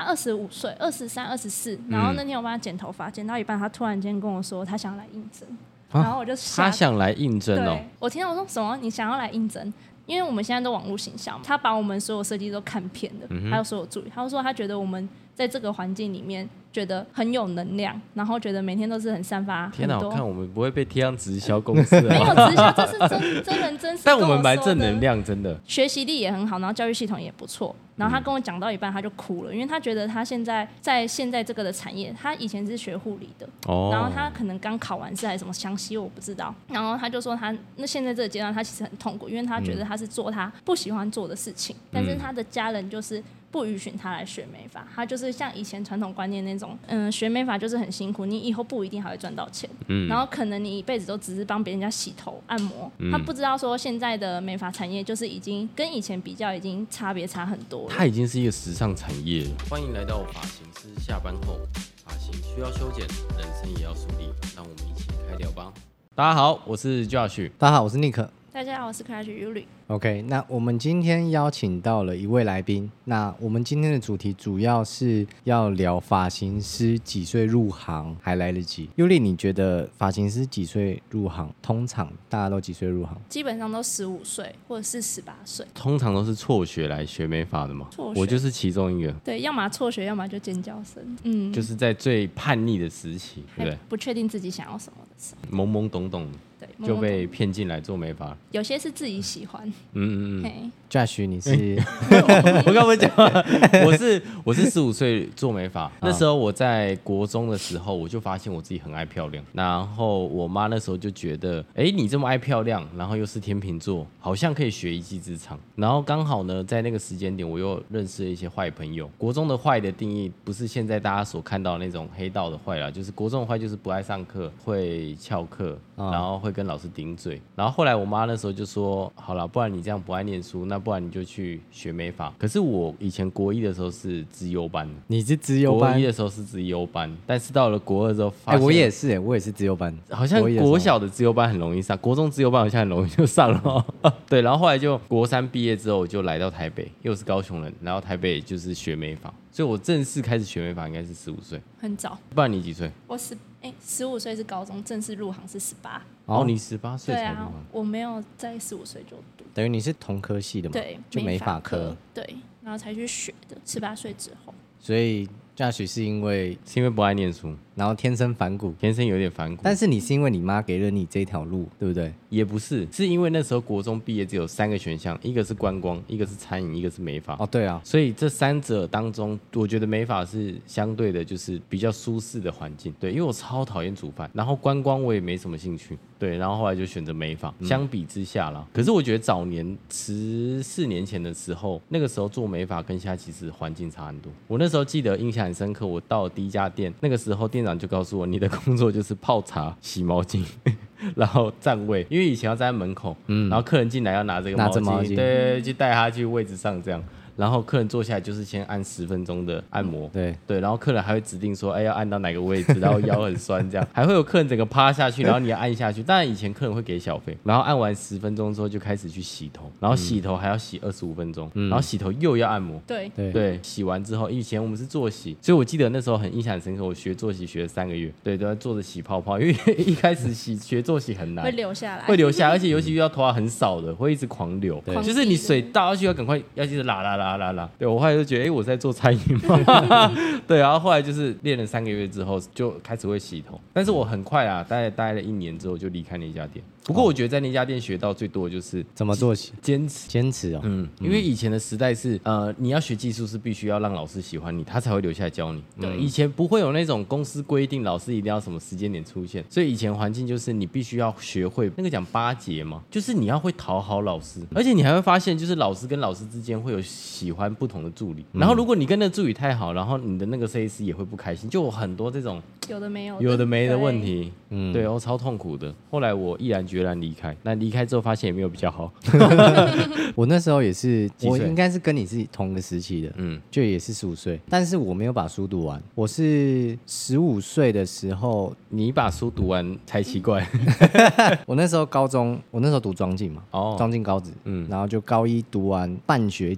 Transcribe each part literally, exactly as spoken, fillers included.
二十五岁，二十三、二十四。然后那天我帮他剪头发，剪到一半，他突然间跟我说他想要来应征， 啊、 然后我就吓他想来应征哦。 对，我听到我说什么？你想要来应征？因为我们现在都网络行销嘛，他把我们所有设计都看遍了，嗯、还有所有助理，他就说他觉得我们在这个环境里面觉得很有能量，然后觉得每天都是很散发很多。 天哪，我看我们不会被贴上直销公司没有直销，这是真真人真事。 但我们蛮正能量，真的。 学习力也很好，然后教育系统也不错。然后他跟我讲到一半，他就哭了，因为他觉得他现在在现在这个的产业，他以前是学护理的，哦、然后他可能刚考完试还是什么详细我不知道。然后他就说他那现在这个阶段他其实很痛苦，因为他觉得他是做他不喜欢做的事情，嗯、但是他的家人就是不允许他来学美发，他就是像以前传统观念那种，嗯，学美发就是很辛苦，你以后不一定还会赚到钱，嗯，然后可能你一辈子都只是帮别人家洗头、按摩，嗯、他不知道说现在的美发产业就是已经跟以前比较已经差别差很多了， 它已经是一个时尚产业了。欢迎来到发型师下班后，发型需要修剪，人生也要梳理，让我们一起开聊吧。大家好，我是 Josh， 大家好，我是 Nick。 大家好，我是 Crash Yuri。OK， 那我们今天邀请到了一位来宾。那我们今天的主题主要是要聊发型师几岁入行还来得及。Yuri，你觉得发型师几岁入行？通常大家都几岁入行？ 基本上都十五岁或者是十八岁。 通常都是辍学来学美发的嘛？辍学，我就是其中一个。 对，要么辍学，要么就尖叫声。嗯， 就是在最叛逆的时期，对不对？ 不确定自己想要什么的时候， 懵懵懂懂的。对，就被骗进来做美发， 有些是自己喜欢。 嗯嗯嗯。Josh， 你是？ 我刚刚讲，我是我是十五岁做美发，那时候我在国中的时候，我就发现我自己很爱漂亮，然后我妈那时候就觉得，哎，你这么爱漂亮，然后又是天秤座，好像可以学一技之长。然后刚好呢，在那个时间点，我又认识了一些坏朋友。国中的坏的定义，不是现在大家所看到的那种黑道的坏啦，就是国中的坏就是不爱上课，会翘课，然后会跟老师顶嘴。然后后来我妈那时候就说，好了，不然你这样不爱念书，那不然你就去学美发。可是我以前国一的时候是资优班的， 你是资优班？ 国一的时候是资优班，但是到了国二之后发现， 哎、欸，我也是，哎，我也是资优班。 好像国小的资优班很容易上，国中资优班好像很容易就上了。对，然后后来就国三毕业之后，我就来到台北，因为我是高雄人，然后台北就是学美发，所以我正式开始学美发应该是十五岁， 很早。 不然你几岁？ 我十哎十五岁是高中，正式入行是十八。 哦，你十八岁才入行？对啊， 我没有在十五岁就读。 等于你是同科系的嘛？ 对， 就美发科。 对，然后才去学的，十八岁之后。 所以Josh是因为是因为不爱念书， 然后天生反骨， 天生有点反骨。 但是你是因为你妈给了你这条路，对不对？ 也不是，是因为那时候国中毕业只有三个选项，一个是观光，一个是餐饮，一个是美发。 哦，对啊。 所以这三者当中，我觉得美发是相对的，就是比较舒适的环境。对，因为我超讨厌煮饭，然后观光我也没什么兴趣。对，然后后来就选择美发。嗯、相比之下啦，可是我觉得早年十四年前的时候，那个时候做美发跟现在其实环境差很多。我那时候记得印象很深刻，我到了第一家店，那个时候店长就告诉我，你的工作就是泡茶、洗毛巾。然后站位，因为以前要站在门口，嗯，然后客人进来要拿这个毛巾，毛巾对，就带他去位置上这样。然后客人坐下来就是先按十分钟的按摩， 对对，然后客人还会指定说，哎，要按到哪个位置，然后腰很酸这样，还会有客人整个趴下去，然后你要按下去。当然以前客人会给小费，然后按完十分钟之后就开始去洗头，然后洗头还要洗二十五分钟，嗯、然后洗头又要按摩， 对对对，洗完之后，以前我们是坐洗，所以我记得那时候很印象很深刻，我学坐洗学了三个月，对，都在坐着洗泡泡，因为一开始洗学坐洗很难， 会流下来， 会流下来，而且尤其遇到头发很少的，会一直狂流，就是你水倒下去要赶快要记得拉拉拉拉拉，对我。后来就觉得，哎、欸，我在做餐饮嘛，对，然后后来就是练了三个月之后，就开始会洗头，但是我很快啊，待待了一年之后就离开那家店。不过我觉得在那家店学到最多的就是怎么做起， 坚持， 坚持哦， 嗯，因为以前的时代是，呃，你要学技术是必须要让老师喜欢你，他才会留下来教你。对、嗯，以前不会有那种公司规定老师一定要什么时间点出现，所以以前环境就是你必须要学会那个讲巴结嘛，就是你要会讨好老师，而且你还会发现，就是老师跟老师之间会有喜欢不同的助理，然后如果你跟那助理太好，然后你的那个设计师也会不开心，就有很多这种有的没有的有的没的问题，嗯，对，我超痛苦的。后来我毅然决然离开，那离开之后发现也没有比较好。 我那时候也是，我应该是跟你是同个时期的，嗯，就也是十五岁，但是我没有把书读完。我是十五岁的时候， 你把书读完才奇怪。 我那时候高中，我那时候读庄敬嘛，哦，庄敬高职，嗯，然后就高一读完半学期，就上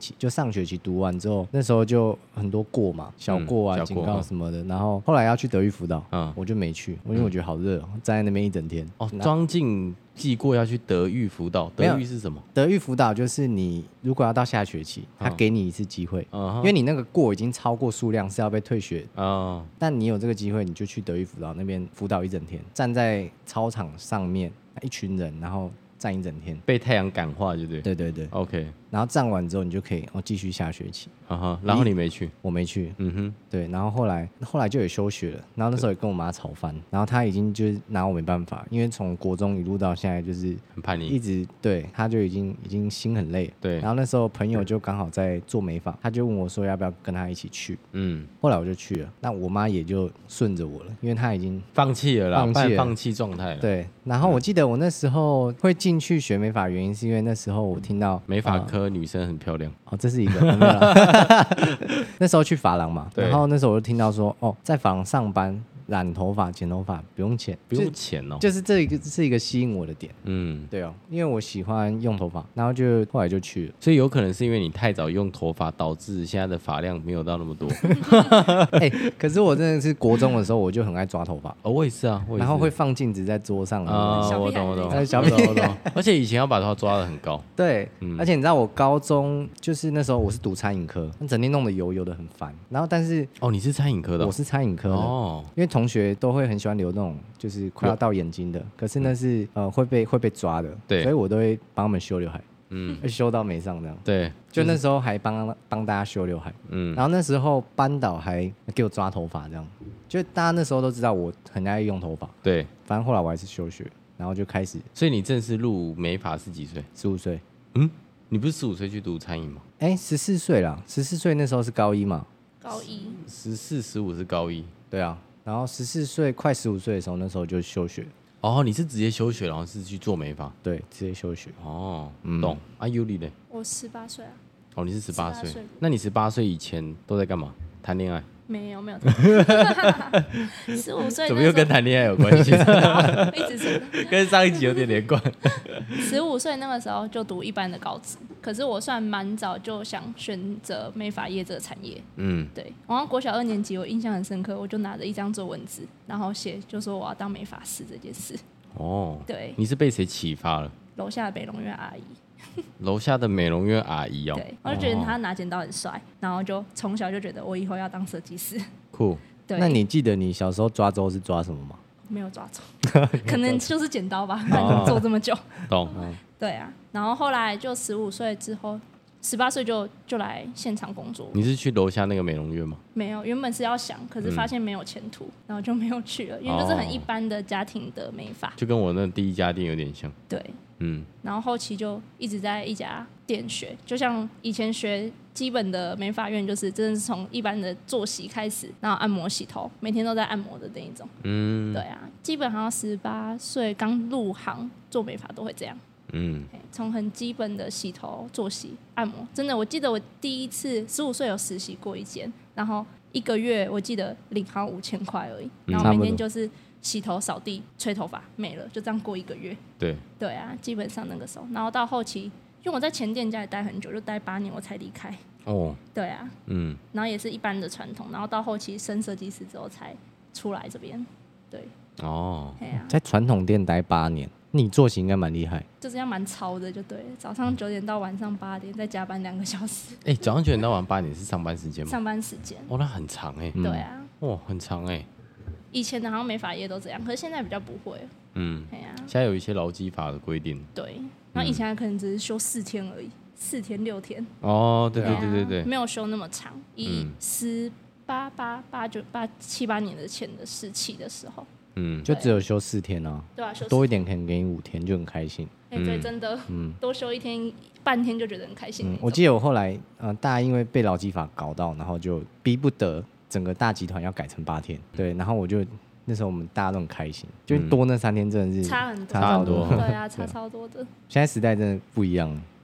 上学期读完之后，那时候就很多过嘛，小过啊、 嗯、 警告什么的。然后后来要去德育辅导， 嗯， 我就没去，因为我觉得好热，站在那边一整天。 哦，庄敬记过要去德育辅导，德育是什么？ 德育辅导就是你如果要到下学期，他给你一次机会， 嗯、 因为你那个过已经超过数量是要被退学， 哦， 但你有这个机会，你就去德育辅导那边辅导一整天，站在操场上面一群人，然后站一整天， 被太阳感化，对不对？ 对对对 ，OK。 然后站完之后，你就可以哦继续下学期。 哈哈，然后你没去？ 我没去。 嗯哼， 对，然后后来后来就也休学了，然后那时候也跟我妈吵翻，然后她已经就是拿我没办法，因为从国中一路到现在就是很叛逆， 一直对，她就已经已经心很累。 对， 然后那时候朋友就刚好在做美发，他就问我说要不要跟他一起去。 嗯， 后来我就去了，那我妈也就顺着我了，因为她已经放弃了啦， 放弃了放弃状态了。 对，然后我记得我那时候会进去学美发，原因是因为那时候我听到美发科女生很漂亮。 哦，这是一个。没有啦那时候去发廊嘛，然后那时候我就听到说，哦，在发廊上班染头发、剪头发不用钱， 不用钱哦， 就是这一个是一个吸引我的点。 嗯， 对哦，因为我喜欢用头发，然后就后来就去了。 所以有可能是因为你太早用头发，导致现在的发量没有到那么多。 哎、欸，可是我真的是国中的时候我就很爱抓头发， 哦，我也是啊，我也是， 然后会放镜子在桌上啊， 小我懂我懂， 呃小屁孩我懂，而且以前要把头发抓得很高。 对， 嗯而且你知道我高中就是那时候我是读餐饮科，整天弄得油油的很烦。然后但是哦，你是餐饮科的哦， 我是餐饮科的哦， 因为同学都会很喜欢留那种就是快要到眼睛的，可是那是呃会被会被抓的， 对所以我都会帮他们修刘海， 嗯， 会修到没上这样。 对， 就那时候还帮帮大家修刘海， 嗯， 然后那时候班导还给我抓头发这样，就大家那时候都知道我很爱用头发， 对， 反正后来我还是休学，然后就开始所以你正式入美发是几岁？ 十五岁， 嗯，你不是十五岁去读餐饮吗？ 哎，十四岁啦，十四岁那时候是高一嘛， 高一， 十四、十五是高一， 对啊，然后十四岁快十五岁的时候，那时候就休学， 哦，你是直接休学，然后是去做美发？ 对，直接休学。 哦， 嗯懂。啊 ，Yuli 呢？ 我十八岁啊， 哦，你是十八岁十八岁， 那你十八岁以前都在干嘛？谈恋爱？ 没有没有，十五岁怎么又跟谈恋爱有关系？ 一直是跟上一集有点连贯。 十五岁那个时候就读一般的高职，可是我算蛮早就想选择美发业这个产业。 嗯， 对，我好像国小二年级，我印象很深刻，我就拿着一张作文纸，然后写就说我要当美发师这件事。 哦， 对， 你是被谁启发了？ 楼下的北龙院阿姨。 楼下的美容院阿姨哦。 对，我就觉得他拿剪刀很帅，然后就从小就觉得我以后要当设计师。 酷。 对， 那你记得你小时候抓周是抓什么吗？ 没有抓中，可能就是剪刀吧，反正做这么久。 懂。 对啊，然后后来就十五岁之后，十八岁就就来现场工作。 你是去楼下那个美容院吗？ 没有，原本是要想，可是发现没有前途，嗯、然后就没有去了，因为就是很一般的家庭的美发， 就跟我那第一家店有点像。 对， 嗯， 然后后期就一直在一家店学，就像以前学基本的美发院，就是真的是从一般的作息开始，然后按摩、洗头，每天都在按摩的那一种。嗯，对啊，基本好像十八岁刚入行做美发都会这样。嗯，从很基本的洗头、作息、按摩，真的，我记得我第一次十五岁有实习过一间，然后一个月我记得领好像五千块而已，然后每天就是洗头、扫地、吹头发，没了，就这样过一个月。 对， 对啊，基本上那个时候，然后到后期，因为我在前店家里待很久，就待八年我才离开。 哦， 对啊，嗯，然后也是一般的传统，然后到后期升设计师之后才出来这边。对， 哦， 啊、 在传统店待八年。你作息应该蛮厉害， 就这样蛮超的，就对了。早上九点到晚上八点，再加班两个小时。 哎、欸，早上九点到晚上八点是上班时间吗？ 上班时间。 哦，那很长哎、欸。 对啊。 哇，很长哎、欸。 以前的好像美发业都这样，可是现在比较不会。嗯。对啊。 现在有一些劳基法的规定。 对。然后以前可能只是休四天而已，四天六天。 哦，对对对对对。 没有休那么长，以十八八八九八七八年的前的时期的时候。 嗯，就只有休四天啊， 对啊， 多一点可能给你五天，就很开心。 哎、欸，对，真的，嗯，多休一天半天就觉得很开心。 嗯，我记得我后来，呃，大家因为被劳基法搞到，然后就逼不得整个大集团要改成八天，对，然后我就那时候我们大家都很开心，就多那三天真的是差很多， 差超多， 对啊，差超多的。 现在时代真的不一样了。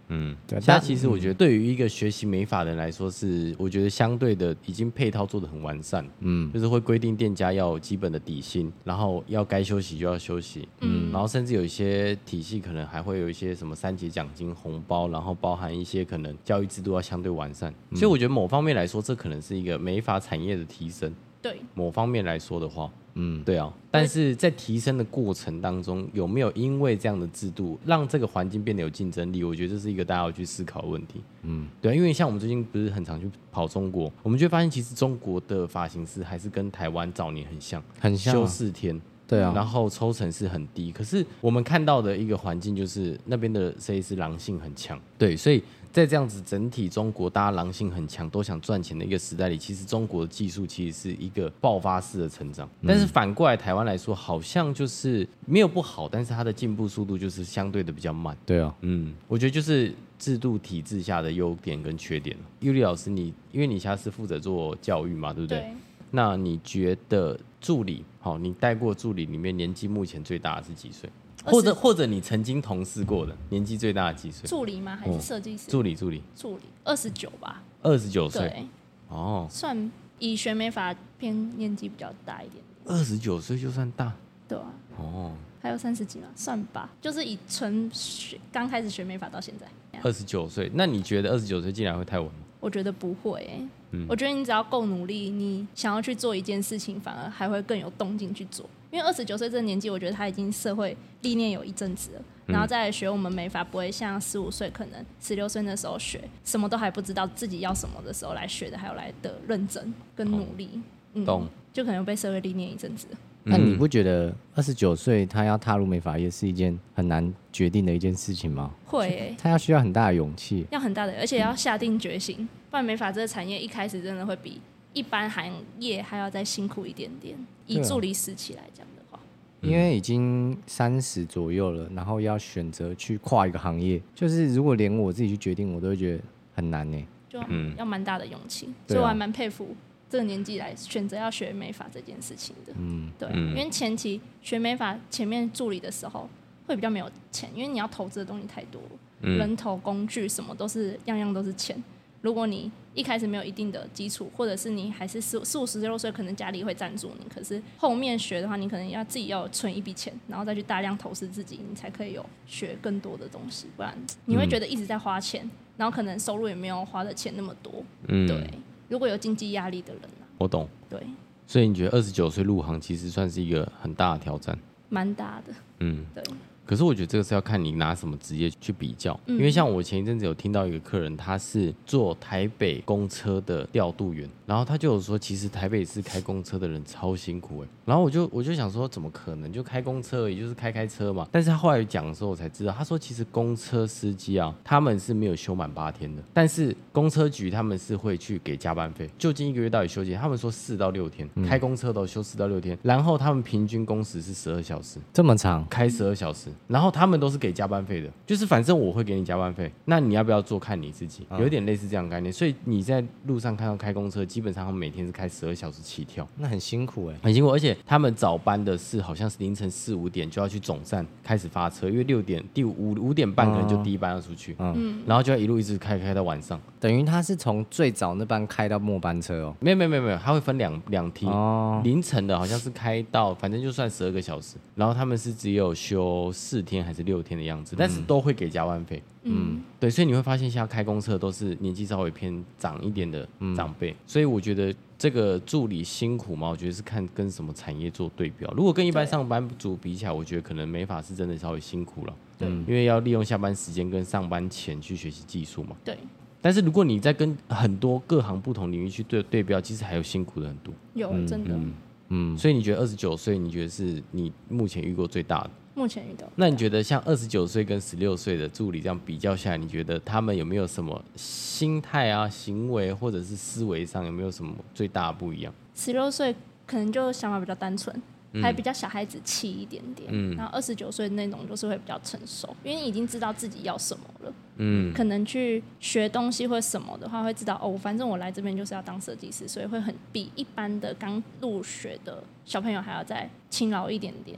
嗯， 对， 现在其实我觉得对于一个学习美发的人来说是，我觉得相对的已经配套做得很完善，嗯，就是会规定店家要有基本的底薪，然后要该休息就要休息，嗯，然后甚至有一些体系可能还会有一些什么三节奖金、红包，然后包含一些可能教育制度要相对完善，嗯、所以我觉得某方面来说，这可能是一个美发产业的提升。 对， 某方面来说的话，嗯，对啊，但是在提升的过程当中，有没有因为这样的制度让这个环境变得有竞争力？我觉得这是一个大家要去思考的问题。嗯，对啊，因为像我们最近不是很常去跑中国，我们就会发现其实中国的发型师还是跟台湾早年很像， 很像、啊， 休四天。 对啊， 然后抽成是很低，可是我们看到的一个环境就是那边的设计师狼性很强，对，所以在这样子整体中国大家狼性很强，都想赚钱的一个时代里，其实中国的技术其实是一个爆发式的成长。但是反过来台湾来说，好像就是没有不好，但是它的进步速度就是相对的比较慢。 对啊， 嗯，我觉得就是制度体制下的优点跟缺点。尤里老师你，因为你现在是负责做教育嘛，对不对？ 对。 那你觉得助理，好，你带过助理里面年纪目前最大的是几岁？或者或者你曾经同事过的年纪最大的几岁？ 助理吗？还是设计师？ 哦、助理助理助理，二十九吧。 二十九岁。 对。 哦。 算以学美发偏年纪比较大一点点。 二十九岁就算大？ 对啊。 哦。 还有三十几嘛，算吧。就是以纯学刚开始学美发到现在。 二十九岁，那你觉得二十九岁进来会太晚吗？ 我觉得不会、欸嗯，我觉得你只要够努力，你想要去做一件事情，反而还会更有动静去做。因为二十九岁这个年纪，我觉得他已经社会历练有一阵子了，然后再来学我们美发，不会像十五岁可能十六岁那时候学，什么都还不知道自己要什么的时候来学的，还有来的认真跟努力，嗯， 懂， 就可能被社会历练一阵子。 那你不觉得二十九岁他要踏入美发业是一件很难决定的一件事情吗？ 会、欸， 他要需要很大的勇气， 要很大的，而且要下定决心，不然美发这个产业一开始真的会比一般行业还要再辛苦一点点。以助理时期来讲的话， 因为已经三十左右了，然后要选择去跨一个行业，就是如果连我自己去决定，我都会觉得很难呢， 就要蛮大的勇气，所以我还蛮佩服。这个年纪来选择要学美发这件事情的，嗯，对，嗯、因为前期学美发前面助理的时候会比较没有钱，因为你要投资的东西太多了，嗯、人头、工具什么都是样样都是钱。如果你一开始没有一定的基础，或者是你还是四四五十六岁，可能家里会赞助你，可是后面学的话，你可能要自己要存一笔钱，然后再去大量投资自己，你才可以有学更多的东西，不然你会觉得一直在花钱，嗯、然后可能收入也没有花的钱那么多，嗯，对。如果有经济压力的人、啊、 我懂， 对， 所以你觉得二十九岁入行其实算是一个很大的挑战， 蛮大的，嗯，对。 可是我觉得这个是要看你拿什么职业去比较，嗯、因为像我前一阵子有听到一个客人，他是做台北公车的调度员，然后他就有说，其实台北市开公车的人超辛苦哎，然后我就我就想说，怎么可能？就开公车而已，就是开开车嘛。但是他后来讲的时候，我才知道，他说其实公车司机啊，他们是没有休满八天的，但是公车局他们是会去给加班费，究竟一个月到底休几天？他们说四到六天，嗯、开公车都休四到六天，然后他们平均工时是十二小时， 这么长， 开十二小时。然后他们都是给加班费的，就是反正我会给你加班费，那你要不要做看你自己，有点类似这样的概念。所以你在路上看到开公车，基本上他们每天是开十二小时起跳， 那很辛苦哎、欸， 很辛苦。而且他们早班的是好像是凌晨四五点就要去总站开始发车，因为六点第五五点半可能就第一班要出去，嗯，然后就要一路一直开开到晚上， 等于他是从最早那班开到末班车哦。 没有没有没有没有，他会分两两梯，哦，凌晨的好像是开到反正就算十二个小时，然后他们是只有休四天还是六天的样子，但是都会给加班费。嗯，对，所以你会发现现在开公车都是年纪稍微偏长一点的长辈，嗯、所以我觉得这个助理辛苦嘛，我觉得是看跟什么产业做对标。如果跟一般上班族比起来，我觉得可能美发是真的稍微辛苦了，对，因为要利用下班时间跟上班前去学习技术嘛。 对。 但是如果你在跟很多各行不同领域去对对标，其实还有辛苦的很多。 有，嗯、真的。嗯嗯，所以你觉得二十九岁，你觉得是你目前遇过最大的？ 目前遇到。 那你觉得像二十九岁跟十六岁的助理这样比较下来，你觉得他们有没有什么心态啊、行为或者是思维上有没有什么最大的不一样？ 十六岁可能就想法比较单纯，嗯、还比较小孩子气一点点。嗯，然后二十九岁那种就是会比较成熟，因为你已经知道自己要什么了。嗯，可能去学东西或什么的话，会知道哦，反正我来这边就是要当设计师，所以会很比一般的刚入学的小朋友还要再勤劳一点点。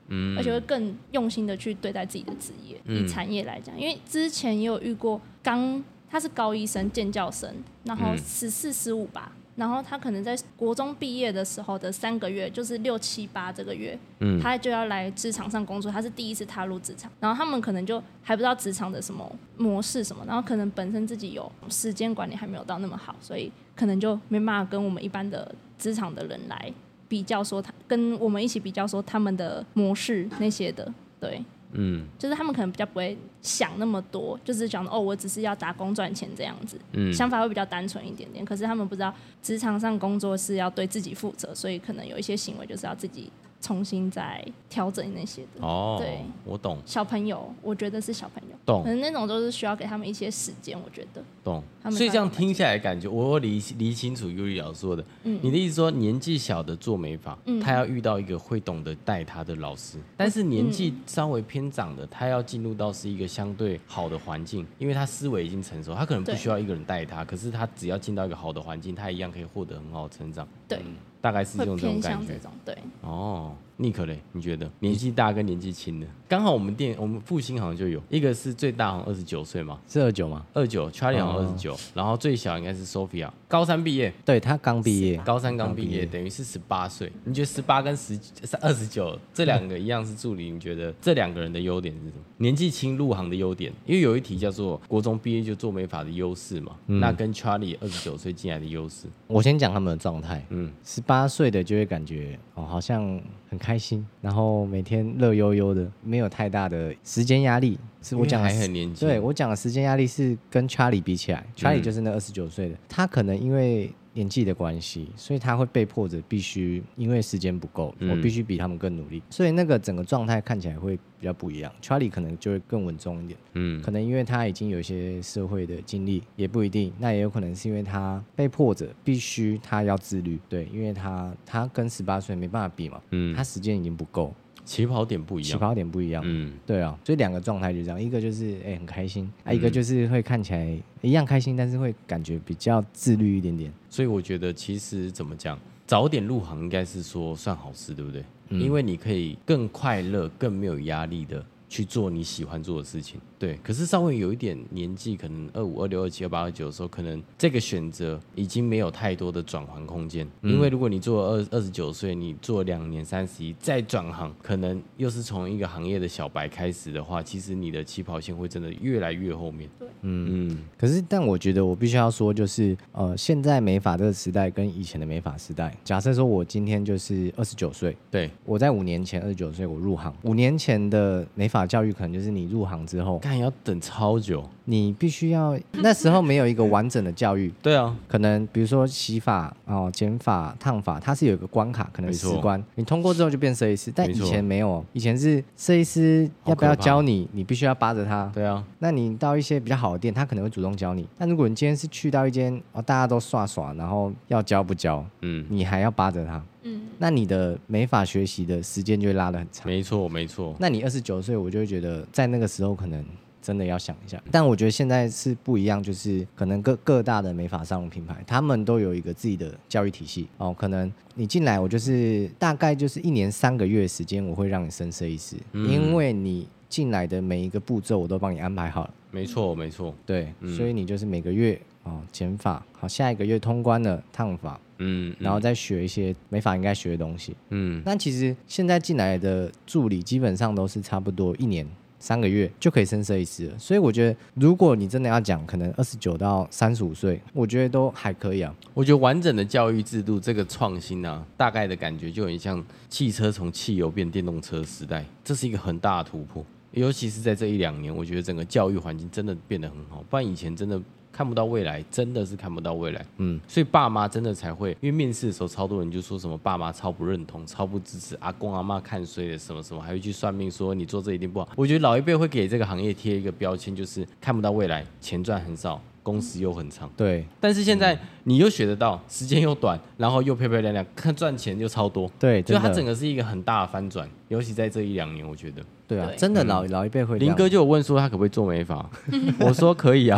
嗯，而且会更用心的去对待自己的职业。嗯、以产业来讲，因为之前也有遇过刚他是高医生、建教生，然后十四、十五吧。然后他可能在国中毕业的时候的三个月，就是六七八这个月，嗯，他就要来职场上工作。他是第一次踏入职场，然后他们可能就还不知道职场的什么模式什么，然后可能本身自己有时间管理还没有到那么好，所以可能就没办法跟我们一般的职场的人来比较说他，跟我们一起比较说他们的模式那些的，对。嗯，就是他们可能比较不会想那么多，就是想哦，我只是要打工赚钱这样子，嗯，想法会比较单纯一点点。可是他们不知道职场上工作是要对自己负责，所以可能有一些行为就是要自己重新再调整那些的。 哦， 对， 我懂。 小朋友，我觉得是小朋友， 懂。 可能那种都是需要给他们一些时间，我觉得。 懂。所以这样听下来，感觉我理理清楚尤里老说的，嗯，你的意思说年纪小的做美发，嗯，他要遇到一个会懂得带他的老师，但是年纪稍微偏长的，他要进入到是一个相对好的环境，因为他思维已经成熟，他可能不需要一个人带他，可是他只要进到一个好的环境，他一样可以获得很好的成长。 对。 嗯，大概是这种感觉。 这种对。 哦，尼克嘞，你觉得年纪大跟年纪轻的，刚好我们店我们复兴好像就有一个是最大好像二十九岁嘛， 是二九吗？ 二九 ，Charlie 好像二十九，然后最小应该是 Sophia， 高三毕业， 对他刚毕业， 高三刚毕业，等于是十八岁。你觉得十八跟十二十九这两个一样是助理？你觉得这两个人的优点是什么？年纪轻入行的优点，因为有一题叫做国中毕业就做美发的优势嘛，嗯、那跟 Charlie 二十九岁进来的优势， 我先讲他们的状态。嗯，十八岁的就会感觉哦，好像很开心，然后每天乐悠悠的，没有太大的时间压力。是我讲的还很年轻， 对我讲的时间压力是跟 Charlie 比起来、嗯、，Charlie 就是那二十九岁的，他可能因为年纪的关系，所以他会被迫着必须，因为时间不够、嗯，我必须比他们更努力，所以那个整个状态看起来会比较不一样。Charlie 可能就会更稳重一点，嗯，可能因为他已经有一些社会的经历，也不一定，那也有可能是因为他被迫着必须他要自律，对，因为他他跟十八岁没办法比嘛，嗯，他时间已经不够。 起跑点不一样， 起跑点不一样，嗯，对啊，所以两个状态就这样，一个就是哎、欸、很开心，啊、嗯，一个就是会看起来一样开心，但是会感觉比较自律一点点。 所以我觉得其实怎么讲，早点入行应该是说算好事，对不对？嗯、因为你可以更快乐、更没有压力的去做你喜欢做的事情。对，可是稍微有一点年纪，可能二五、二六、二七、二八、二九的时候，可能这个选择已经没有太多的转换空间、嗯。因为如果你做二二十九岁，你做两年三十一，再转行，可能又是从一个行业的小白开始的话，其实你的起跑线会真的越来越后面。对， 嗯嗯。可是，但我觉得我必须要说，就是呃，现在美发这个时代跟以前的美发时代，假设说我今天就是二十九岁， 对， 我在五年前二十九岁我入行，五年前的美发教育可能就是你入行之后。 但要等超久， 你必须要那时候没有一个完整的教育。 对啊， 可能比如说洗发、哦、剪发、烫发，它是有一个关卡，可能十关，你通过之后就变设计师。但以前没有，以前是设计师要不要教你，你必须要扒着他。 对啊， 那你到一些比较好的店，他可能会主动教你。但如果你今天是去到一间、哦、大家都耍耍，然后要教不教，嗯，你还要扒着他。嗯，那你的美发学习的时间就会拉得很长。 没错，没错。 那你二十九岁，我就会觉得在那个时候可能真的要想一下。但我觉得现在是不一样，就是可能各各大的美发沙龙品牌，他们都有一个自己的教育体系哦。可能你进来，我就是大概就是一年三个月的时间，我会让你升设计师，嗯、因为你进来的每一个步骤我都帮你安排好了。 没错，没错。 对、嗯，所以你就是每个月哦剪发，好，下一个月通关了烫发。嗯，然后再学一些美发应该学的东西。嗯，但其实现在进来的助理基本上都是差不多一年三个月就可以升设计师了。所以我觉得，如果你真的要讲，可能二十九到三十五岁，我觉得都还可以啊。 我觉得完整的教育制度这个创新啊，大概的感觉就很像汽车从汽油变电动车时代，这是一个很大的突破。尤其是在这一两年，我觉得整个教育环境真的变得很好，不然以前真的看不到未来，真的是看不到未来。嗯，所以爸妈真的才会，因为面试的时候超多人就说什么爸妈超不认同、超不支持，阿公阿嬷看衰了什么什么，还会去算命说你做这一定不好。我觉得老一辈会给这个行业贴一个标签，就是看不到未来，钱赚很少。工时又很长， 对， 但是现在你又学得到，时间又短，然后又漂漂亮亮，看赚钱又超多， 对， 就它整个是一个很大的翻转，尤其在这一两年，我觉得， 对啊，真的老、嗯、老一辈会。 林哥就有问说他可不可以做美发，我说可以啊，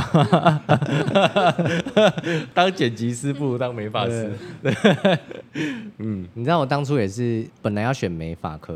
当剪辑师不如当美发师，对， 嗯，你知道我当初也是本来要选美发科。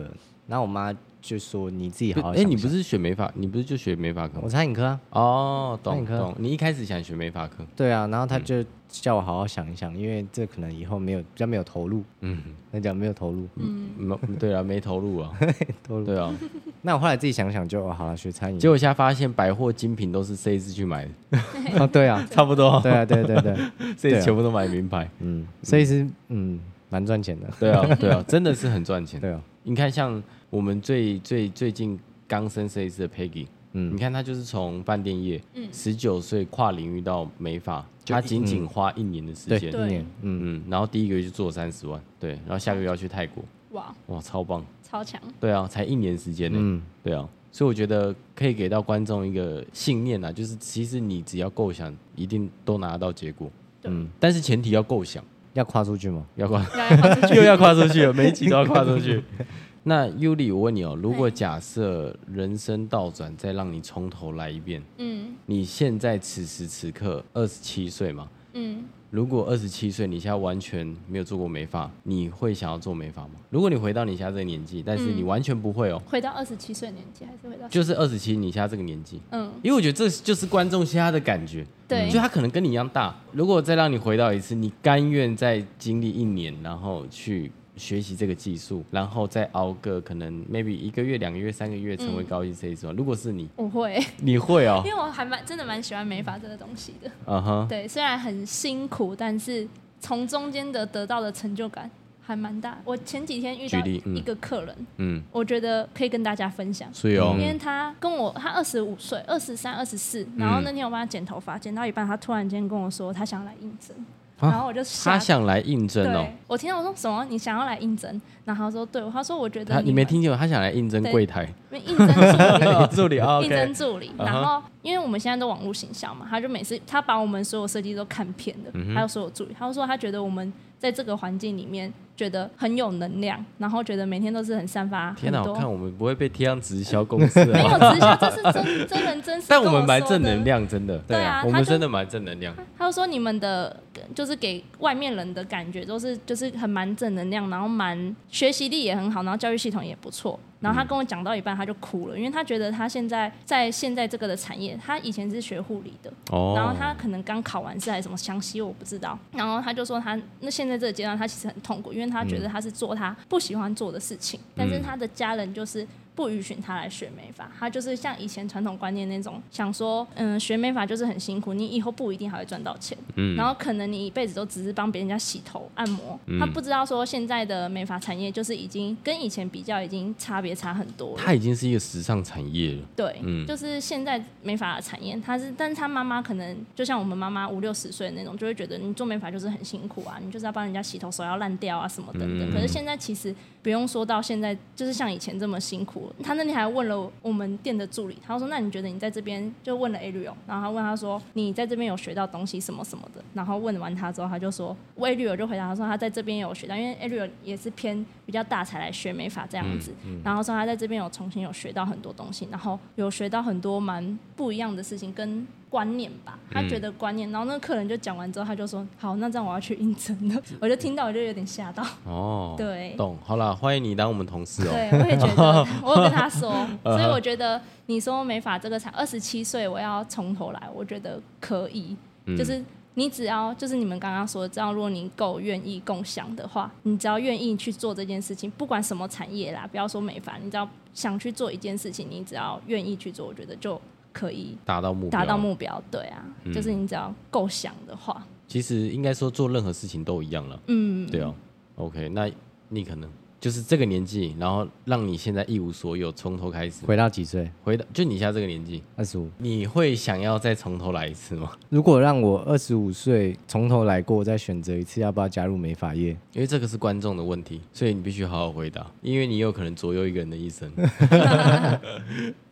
然后我妈就说你自己好好想想。 哎，你不是学美发，你不是就学美发科吗？ 我餐饮科啊。 哦，懂餐饮科懂。你一开始想学美发科？ 对啊，然后他就叫我好好想一想，因为这可能以后没有比较没有投入。嗯，那讲没有投入。 嗯，对啊，没投入啊。 投入。 对啊。 那我后来自己想想就，哦，好了，学餐饮。 结果现在发现百货精品都是设计师去买的。 哦，对啊， 差不多。 对啊，对对对， 设计师全部都买名牌。 嗯，设计师嗯蛮赚钱的。 对啊，对啊，真的是很赚钱。 对啊， 你看像我们最最最近刚升设计师的 Peggy。嗯，你看他就是从饭店业，十九岁跨领域到美发，他仅仅花一年的时间， 对，一年，嗯嗯，然后第一个月就做三十万，对，然后下个月要去泰国， 哇哇，超棒， 超强， 对啊，才一年时间呢， 嗯， 对啊，所以我觉得可以给到观众一个信念啊，就是其实你只要够想，一定都拿得到结果，嗯，但是前提要够想， 要跨出去吗？ 要跨，又要跨出去了，每一集都要跨出去。那 Yuli， 我问你哦，如果假设人生倒转，再让你从头来一遍，嗯，你现在此时此刻二十七岁嘛，嗯，如果二十七岁，你现在完全没有做过美发，你会想要做美发吗？如果你回到你现在这个年纪，但是你完全不会哦， 回到二十七岁年纪，还是回到就是二十七，你现在这个年纪，嗯，因为我觉得这就是观众现在的感觉， 对， 就他可能跟你一样大，如果再让你回到一次，你甘愿再经历一年，然后去学习这个技术，然后再熬个可能 maybe 一个月、两个月、三个月成为高级设计师吗？如果是你， 我会， 你会哦， 因为我还蛮真的蛮喜欢美发这个东西的。 嗯哼， 对，虽然很辛苦，但是从中间的得到的成就感还蛮大。我前几天遇到一个客人，嗯，我觉得可以跟大家分享。 所以哦， 因为他跟我，他二十五岁，二十三、二十四，然后那天我帮他剪头发，剪到一半，他突然间跟我说他想来应征。然后我就他想来应征哦， 我听到我说什么？你想要来应征？然后他说对，他说我觉得 你, 你没听见，他想来应征柜台， 应征助理， 助理啊， 应征助理。然后因为我们现在都网络行销嘛，他就每次他把我们所有设计都看遍了，嗯、还有所有助理，他就说他觉得我们在这个环境里面觉得很有能量，然后觉得每天都是很散发很多。 天哪，我看我们不会被贴上直销公司、啊， 没有直销，这是真真人真事。 但我们蛮正能量，真的， 对啊， 我们真的蛮正能量。 他就说你们的就是给外面人的感觉都是就是很蛮正能量，然后蛮学习力也很好，然后教育系统也不错。然后他跟我讲到一半他就哭了，因为他觉得他现在在现在这个的产业，他以前是学护理的，哦、然后他可能刚考完试还是什么详细我不知道，然后他就说他那现在这个阶段他其实很痛苦，因为他觉得他是做他不喜欢做的事情，嗯、但是他的家人就是不允许他来学美发，他就是像以前传统观念那种想说，嗯，学美发就是很辛苦，你以后不一定还会赚到钱，嗯、然后可能你一辈子都只是帮别人家洗头按摩，嗯、他不知道说现在的美发产业就是已经跟以前比较已经差别差很多了， 它已经是一个时尚产业了。 对，嗯、就是现在美发的产业，他是，但是他妈妈可能就像我们妈妈五六十岁那种，就会觉得你做美发就是很辛苦啊，你就是要帮人家洗头，手要烂掉啊什么等等。嗯、可是现在其实不用说到现在，就是像以前这么辛苦。他那天还问了我们店的助理，他说：“那你觉得你在这边？”就问了 Ariel， 然后他问他说：“你在这边有学到东西什么什么的？”然后问完他之后，他就说 ，Ariel 就回答他说：“他在这边有学到，因为 Ariel 也是偏比较大才来学美发这样子。嗯嗯、然后说他在这边有重新有学到很多东西，然后有学到很多蛮不一样的事情跟观念吧。他觉得观念，然后那个客人就讲完之后，他就说：“好，那这样我要去应征了。”我就听到我就有点吓到。哦，对， 懂。好了，欢迎你当我们同事哦。 对，我也觉得，我有跟他说，所以我觉得你说美发这个才二十七岁，我要从头来，我觉得可以，嗯、就是你只要就是你们刚刚说的，这样如果你够愿意共享的话，你只要愿意去做这件事情，不管什么产业啦，不要说美发，你只要想去做一件事情，你只要愿意去做，我觉得就可以达到目标。 达到目标，对啊，嗯、就是你只要够想的话， 其实应该说做任何事情都一样了。嗯，对哦。OK， 那你可能。就是这个年纪，然后让你现在一无所有，从头开始。 回到几岁？ 回到就你现在这个年纪， 二十五。 你会想要再从头来一次吗？ 如果让我二十五岁从头来过，再选择一次，要不要加入美发业？ 因为这个是观众的问题，所以你必须好好回答，因为你有可能左右一个人的一生。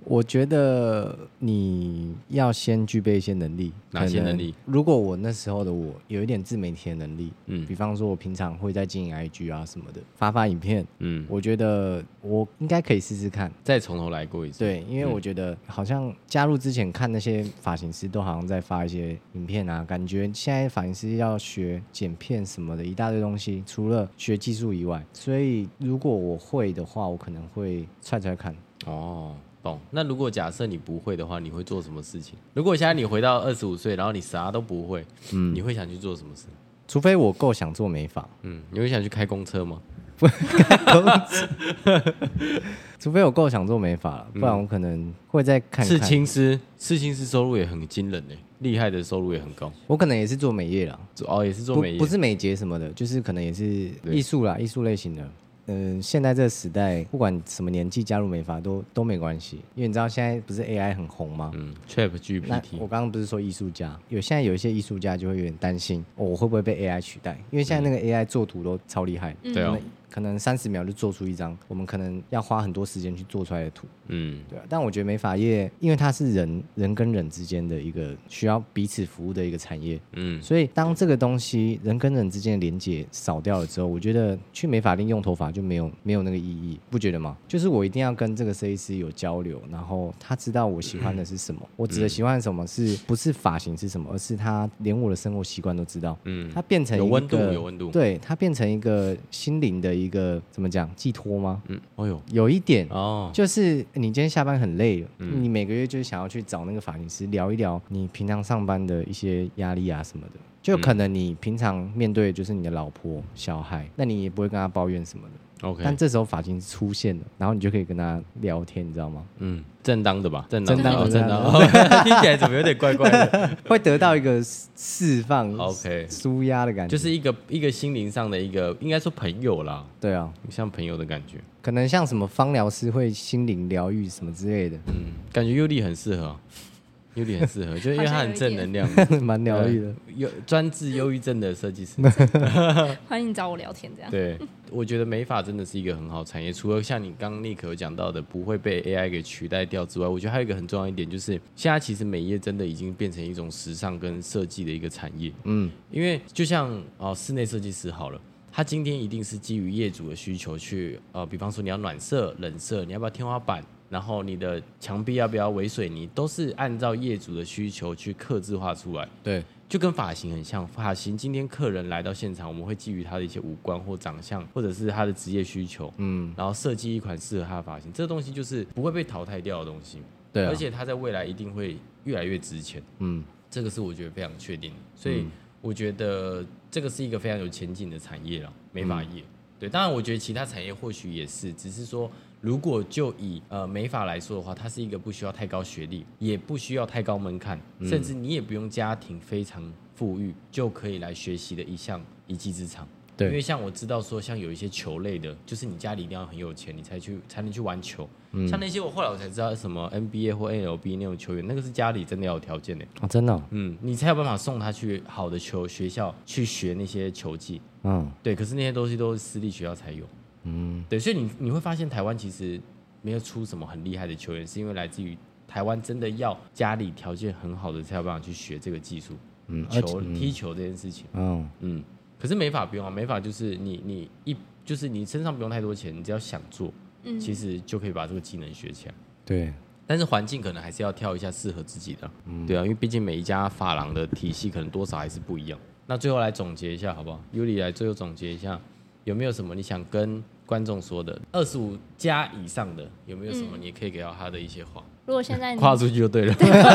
我觉得你要先具备一些能力。 哪些能力？ 如果我那时候的我有一点自媒体的能力， 嗯， 比方说我平常会在经营 I G 啊什么的，发发影片， 嗯， 我觉得我应该可以试试看， 再从头来过一次。 对，因为我觉得好像加入之前看那些发型师都好像在发一些影片啊，感觉现在发型师要学剪片什么的一大堆东西，除了学技术以外，所以如果我会的话，我可能会踹踹看。 哦。懂。那如果假设你不会的话，你会做什么事情？如果现在你回到二十五岁，然后你啥都不会，嗯，你会想去做什么事？ 除非我够想做美发， 嗯，你会想去开公车吗？ 开公车，除非我够想做美发了，不然我可能会再看看。 刺青师，刺青师收入也很惊人诶，厉害的收入也很高。 我可能也是做美业啦， 哦，也是做美业， 不, 不是美睫什么的，就是可能也是艺术啦，艺术类型的。嗯、呃，现在这个时代，不管什么年纪加入美发都都没关系，因为你知道现在不是 A I 很红吗？ 嗯 ，Chat G P T。 我刚刚不是说艺术家，有现在有一些艺术家就会有点担心，哦，我会不会被 A I 取代？因为现在那个 A I 做图都超厉害， 对哦。 可能三十秒就做出一张我们可能要花很多时间去做出来的图，嗯，对啊。但我觉得美发业，因为它是人人跟人之间的一个需要彼此服务的一个产业，嗯，所以当这个东西人跟人之间的连接少掉了之后，我觉得去美发店用头发就没有没有那个意义，不觉得吗？就是我一定要跟这个设计师有交流，然后他知道我喜欢的是什么，嗯、我指的喜欢的什么是不是发型是什么，而是他连我的生活习惯都知道，嗯，他变成一个有温度有温度， 对，他变成一个心灵的一个怎么讲寄托吗？ 嗯，哦呦， 有一点哦，就是你今天下班很累了，嗯、你每个月就是想要去找那个发型师聊一聊你平常上班的一些压力啊什么的，就可能你平常面对的就是你的老婆、小孩，那你也不会跟他抱怨什么的。 Okay. 但这时候发型师出现了，然后你就可以跟他聊天，你知道吗？ 嗯，正当的吧，正当的， 正当的， 正当的，听起来怎么有点怪怪的？ 会得到一个释放、 OK、 舒压的感觉， 就是一个一个心灵上的一个，应该说朋友啦。 对啊， 像朋友的感觉， 可能像什么芳疗师会心灵疗愈什么之类的。 嗯，感觉优丽很适合。优丽很适合，就因为他很正能量， 蛮疗愈的。 有专治忧郁症的设计师， 欢迎找我聊天。这样， 对，我觉得美发真的是一个很好产业。除了像你刚刚Nick有讲到的不会被 A I 给取代掉之外，我觉得还有一个很重要一点，就是现在其实美业真的已经变成一种时尚跟设计的一个产业。嗯，因为就像哦室内设计师好了。他今天一定是基于业主的需求去，呃，比方说你要暖色、冷色，你要不要天花板，然后你的墙壁要不要微水泥，都是按照业主的需求去客制化出来。 对， 就跟发型很像。发型今天客人来到现场，我们会基于他的一些五官或长相，或者是他的职业需求，嗯，然后设计一款适合他的发型。这个东西就是不会被淘汰掉的东西， 对、啊， 而且它在未来一定会越来越值钱。嗯，这个是我觉得非常确定的，所以。嗯我觉得这个是一个非常有前景的产业了，美发业。嗯、对，当然我觉得其他产业或许也是，只是说如果就以呃美发来说的话，它是一个不需要太高学历，也不需要太高门槛，嗯、甚至你也不用家庭非常富裕就可以来学习的一项一技之长。对，因为像我知道说，像有一些球类的，就是你家里一定要很有钱，你才去才能去玩球。嗯、像那些我后来我才知道，什么 N B A 或 N L B 那种球员，那个是家里真的要有条件的啊，真的、哦。 嗯，你才有办法送他去好的球学校去学那些球技。嗯，对。可是那些东西都是私立学校才有。嗯，对。所以你你会发现，台湾其实没有出什么很厉害的球员，是因为来自于台湾真的要家里条件很好的才有办法去学这个技术。嗯，球、嗯、踢球这件事情。嗯嗯。可是美发不用啊，美发就是你你一就是你身上不用太多钱，你只要想做，嗯、其实就可以把这个技能学起来。 对， 但是环境可能还是要挑一下适合自己的，嗯、对啊，因为毕竟每一家发廊的体系可能多少还是不一样。那最后来总结一下好不好？尤里来最后总结一下，有没有什么你想跟观众说的？二十五加以上的有没有什么你可以给到他的一些话？ 如果现在跨出去就对了，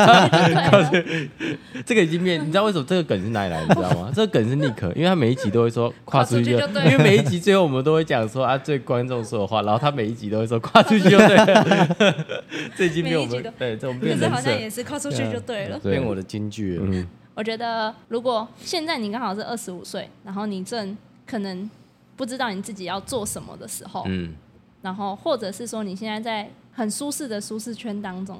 这个已经变，你知道为什么这个梗是哪里来的？你知道吗？这个梗是 Nick， 因为他每一集都会说跨出去就，对，因为每一集最后我们都会讲说啊，对观众说的话，然后他每一集都会说跨出去就对了。这已经变我们对这种变人设， 可是好像也是跨出去就对了， 变我的金句了。嗯， 我觉得如果现在你刚好是二十五岁，然后你正可能不知道你自己要做什么的时候，嗯，然后或者是说你现在在很舒适的舒适圈当中，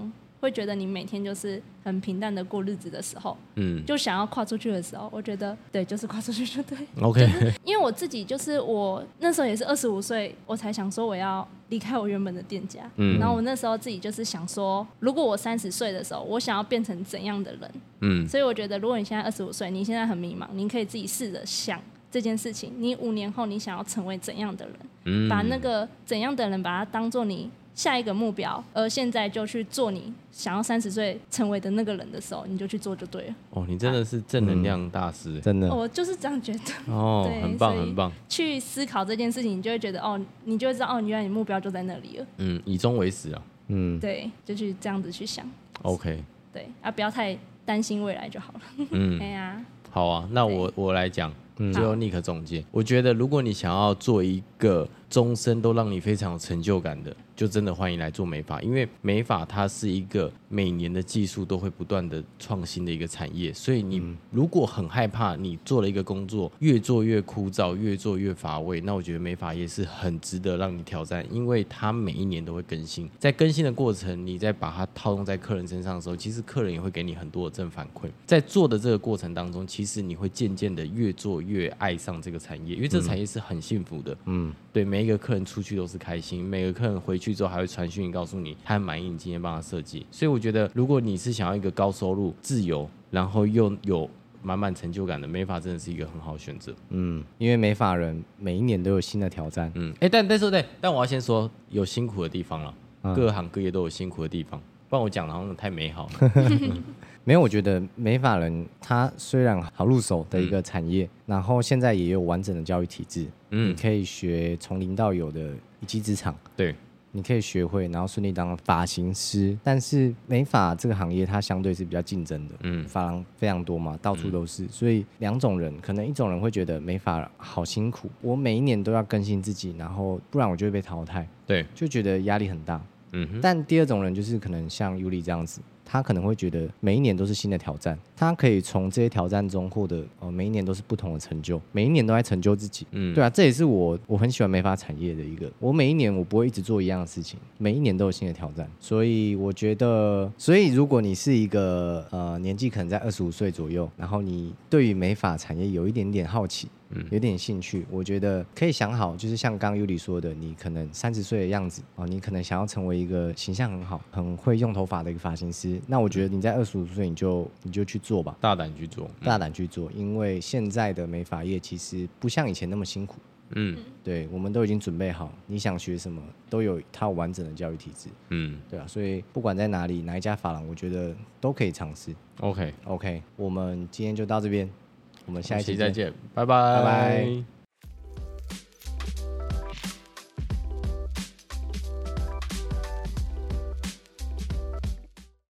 会觉得你每天就是很平淡的过日子的时候，嗯，就想要跨出去的时候，我觉得对，就是跨出去就对。 OK， 因为我自己就是我那时候也是二十五岁，我才想说我要离开我原本的店家，嗯，然后我那时候自己就是想说，如果我三十岁的时候，我想要变成怎样的人，嗯，所以我觉得如果你现在二十五岁，你现在很迷茫，你可以自己试着想这件事情，你五年后你想要成为怎样的人，嗯，把那个怎样的人把它当做你下一个目标，而现在就去做你想要三十岁成为的那个人的时候，你就去做就对了。 哦，你真的是正能量大师， 嗯、真的， 我就是这样觉得。 哦，很棒很棒。 去思考这件事情，你就会觉得哦，你就会知道哦，原来你目标就在那里了。 嗯，以终为始啊。 嗯，对，就去这样子去想。 OK。 对啊，不要太担心未来就好了。嗯，哎呀、啊， 好啊，那我我来讲。最后 Nick 总结，我觉得如果你想要做一个终身都让你非常有成就感的，就真的欢迎来做美发，因为美发它是一个每年的技术都会不断的创新的一个产业，所以你如果很害怕你做了一个工作越做越枯燥，越做越乏味，那我觉得美发业是很值得让你挑战，因为它每一年都会更新，在更新的过程，你在把它套用在客人身上的时候，其实客人也会给你很多的正反馈，在做的这个过程当中，其实你会渐渐的越做越爱上这个产业，因为这个产业是很幸福的，嗯，对，每一个客人出去都是开心，每个客人回去之后还会传讯告诉你他很满意你今天帮他设计，所以我觉得如果你是想要一个高收入、自由，然后又有满满成就感的美发，真的是一个很好的选择。 嗯，因为美发人每一年都有新的挑战。 嗯，哎、欸，但但是对，但我要先说有辛苦的地方了，嗯、各行各业都有辛苦的地方，不然我讲的好像太美好了。 没有，我觉得美发人他虽然好入手的一个产业，嗯、然后现在也有完整的教育体制，嗯，你可以学从零到有的一技之长， 对， 你可以学会，然后顺利当发型师。但是美发这个行业它相对是比较竞争的，嗯，发廊非常多嘛，到处都是，嗯、所以两种人，可能一种人会觉得美发好辛苦，我每一年都要更新自己，然后不然我就会被淘汰， 对， 就觉得压力很大。嗯哼，但第二种人就是可能像 Yuli 这样子，他可能会觉得每一年都是新的挑战，他可以从这些挑战中获得、呃、每一年都是不同的成就，每一年都在成就自己。嗯，对啊，这也是我我很喜欢美发产业的一个，我每一年我不会一直做一样的事情，每一年都有新的挑战，所以我觉得，所以如果你是一个呃年纪可能在二十五岁左右，然后你对于美发产业有一点点好奇，有点兴趣，我觉得可以想好，就是像刚刚 Yuli 说的，你可能三十岁的样子哦，你可能想要成为一个形象很好、很会用头发的一个发型师，那我觉得你在二十五岁你就你就去做吧， 大胆去做， 大胆去做，因为现在的美发业其实不像以前那么辛苦。嗯，对，我们都已经准备好，你想学什么都有一套完整的教育体制。嗯，对啊，所以不管在哪里哪一家发廊，我觉得都可以尝试。 OK OK， 我们今天就到这边。我们下一期再见，拜拜， 拜拜。